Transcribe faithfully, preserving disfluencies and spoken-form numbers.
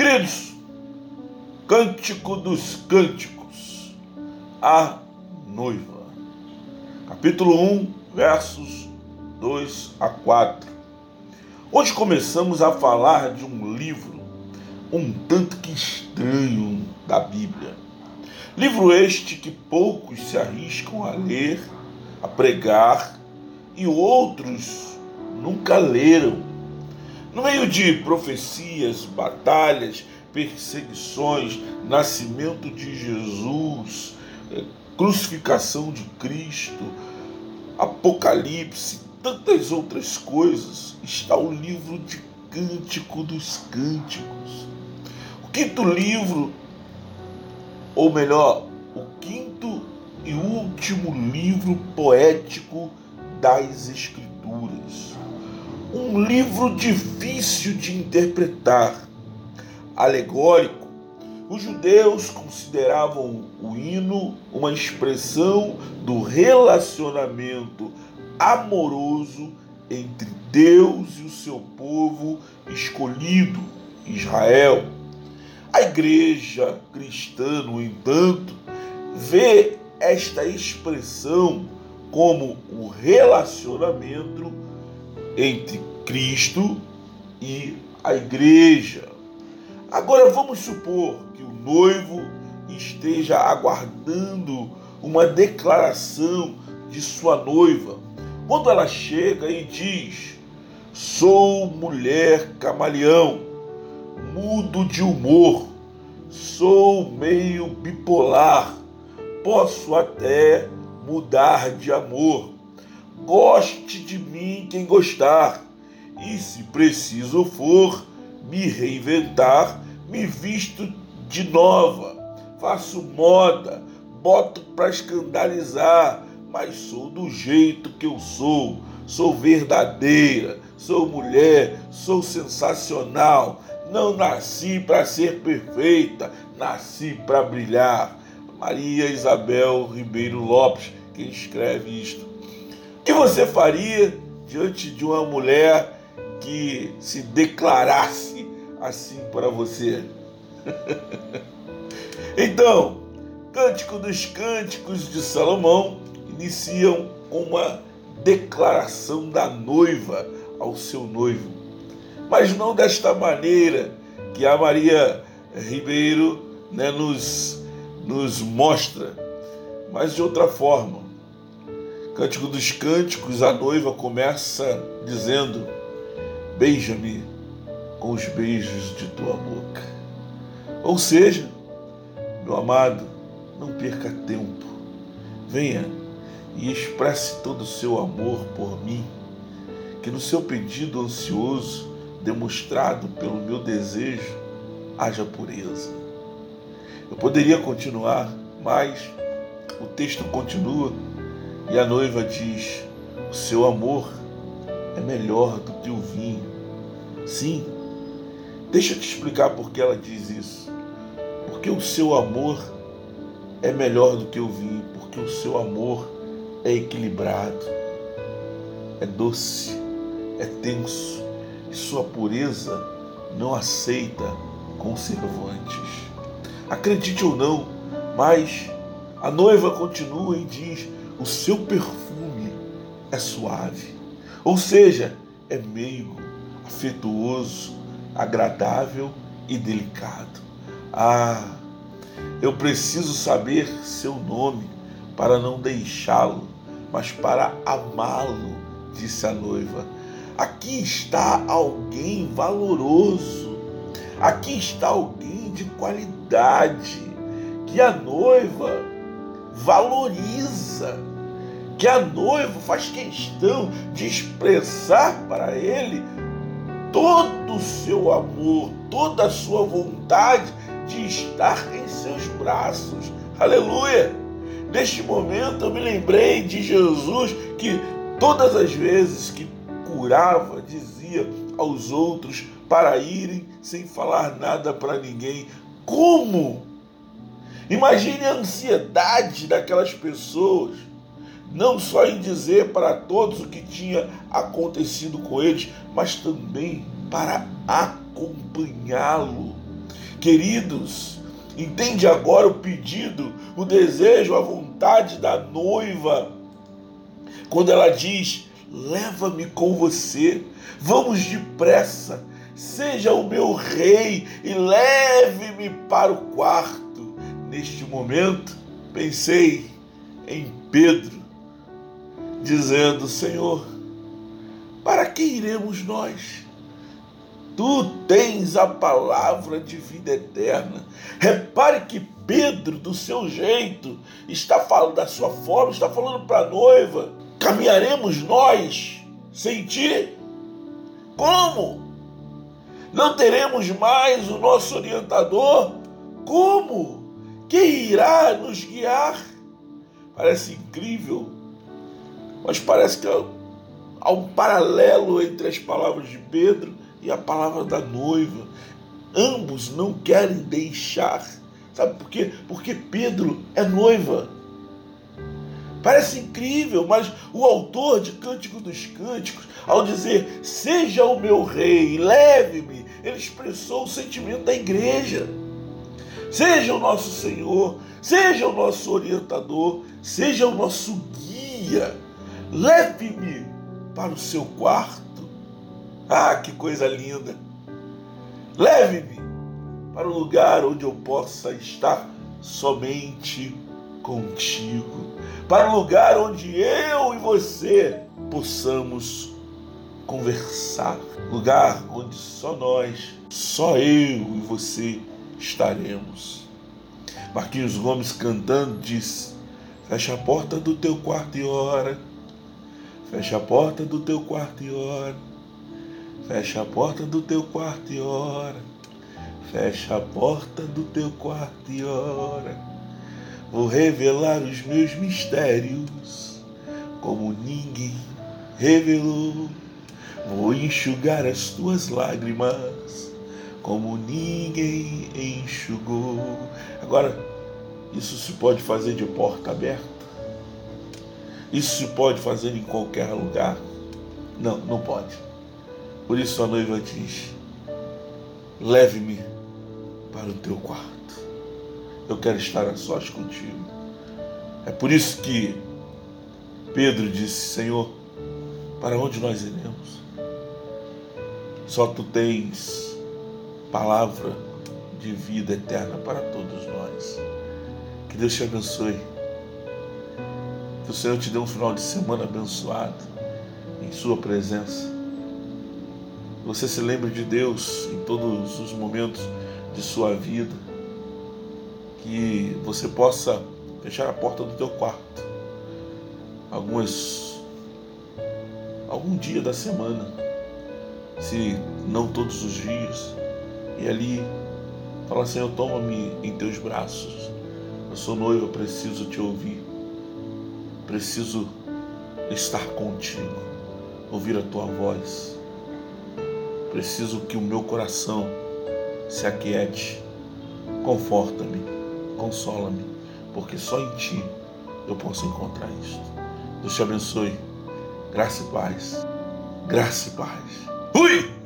Queridos, Cântico dos Cânticos, a noiva. Capítulo um, versos dois a quatro. Hoje começamos a falar de um livro um tanto que estranho da Bíblia. Livro este que poucos se arriscam a ler, a pregar, e outros nunca leram. No meio de profecias, batalhas, perseguições, nascimento de Jesus, crucificação de Cristo, Apocalipse, tantas outras coisas, está o livro de Cântico dos Cânticos. O quinto livro, ou melhor, o quinto e último livro poético das Escrituras. Um livro difícil de interpretar, alegórico. Os judeus consideravam o hino uma expressão do relacionamento amoroso entre Deus e o seu povo escolhido, Israel. A igreja cristã, no entanto, vê esta expressão como o relacionamento entre Cristo e a igreja. Agora vamos supor que o noivo esteja aguardando uma declaração de sua noiva. Quando ela chega e diz: sou mulher camaleão, mudo de humor, sou meio bipolar, posso até mudar de amor. Goste de mim quem gostar, e se preciso for me reinventar, me visto de nova, faço moda, boto pra escandalizar, mas sou do jeito que eu sou, sou verdadeira, sou mulher, sou sensacional, não nasci para ser perfeita, nasci para brilhar. Maria Isabel Ribeiro Lopes, quem escreve isto. O que você faria diante de uma mulher que se declarasse assim para você? Então, Cântico dos Cânticos de Salomão iniciam com uma declaração da noiva ao seu noivo, mas não desta maneira que a Maria Ribeiro né, nos, nos mostra, mas de outra forma. Cântico dos Cânticos, a noiva começa dizendo: beija-me com os beijos de tua boca. Ou seja, meu amado, não perca tempo. Venha e expresse todo o seu amor por mim, que no seu pedido ansioso, demonstrado pelo meu desejo, haja pureza. Eu poderia continuar, mas o texto continua e a noiva diz: o seu amor é melhor do que o vinho. Sim, deixa eu te explicar por que ela diz isso. Porque o seu amor é melhor do que o vinho, porque o seu amor é equilibrado, é doce, é tenso, e sua pureza não aceita conservantes. Acredite ou não, mas a noiva continua e diz: o seu perfume é suave, ou seja, é meigo, afetuoso, agradável e delicado. Ah, eu preciso saber seu nome para não deixá-lo, mas para amá-lo, disse a noiva. Aqui está alguém valoroso, aqui está alguém de qualidade, que a noiva valoriza, que a noiva faz questão de expressar para ele todo o seu amor, toda a sua vontade de estar em seus braços. Aleluia! Neste momento eu me lembrei de Jesus, que todas as vezes que curava, dizia aos outros para irem sem falar nada para ninguém. Como? Imagine a ansiedade daquelas pessoas, não só em dizer para todos o que tinha acontecido com eles, mas também para acompanhá-lo. Queridos, entende agora o pedido, o desejo, a vontade da noiva, quando ela diz: leva-me com você, vamos depressa, seja o meu rei e leve-me para o quarto. Neste momento, pensei em Pedro, dizendo: Senhor, para que iremos nós? Tu tens a palavra de vida eterna. Repare que Pedro, do seu jeito, está falando, da sua forma, está falando para a noiva: caminharemos nós sem ti? Como? Não teremos mais o nosso orientador? Como? Quem irá nos guiar? Parece incrível, mas parece que há um paralelo entre as palavras de Pedro e a palavra da noiva. Ambos não querem deixar. Sabe por quê? Porque Pedro é noiva. Parece incrível, mas o autor de Cântico dos Cânticos, ao dizer: seja o meu rei, leve-me, ele expressou o sentimento da igreja. Seja o nosso Senhor, seja o nosso orientador, seja o nosso guia. Leve-me para o seu quarto. Ah, que coisa linda! Leve-me para o lugar onde eu possa estar somente contigo, para o lugar onde eu e você possamos conversar, lugar onde só nós, só eu e você estaremos. Marquinhos Gomes, cantando, diz: fecha a porta do teu quarto e ora, fecha a porta do teu quarto e ora, fecha a porta do teu quarto e ora, fecha a porta do teu quarto e ora. Vou revelar os meus mistérios como ninguém revelou. Vou enxugar as tuas lágrimas como ninguém enxugou. Agora, isso se pode fazer de porta aberta? Isso se pode fazer em qualquer lugar? Não, não pode. Por isso a noiva diz: leve-me para o teu quarto. Eu quero estar a sós contigo. É por isso que Pedro disse: Senhor, para onde nós iremos? Só tu tens palavra de vida eterna para todos nós. Que Deus te abençoe. Que o Senhor te dê um final de semana abençoado em sua presença. Que você se lembre de Deus em todos os momentos de sua vida. Que você possa fechar a porta do teu quarto algumas, algum dia da semana, se não todos os dias, e ali fala: Senhor, toma-me em teus braços. Eu sou noiva, preciso te ouvir, preciso estar contigo, ouvir a tua voz. Preciso que o meu coração se aquiete. Conforta-me, consola-me, porque só em ti eu posso encontrar isto. Deus te abençoe. Graça e paz. Graça e paz. Fui!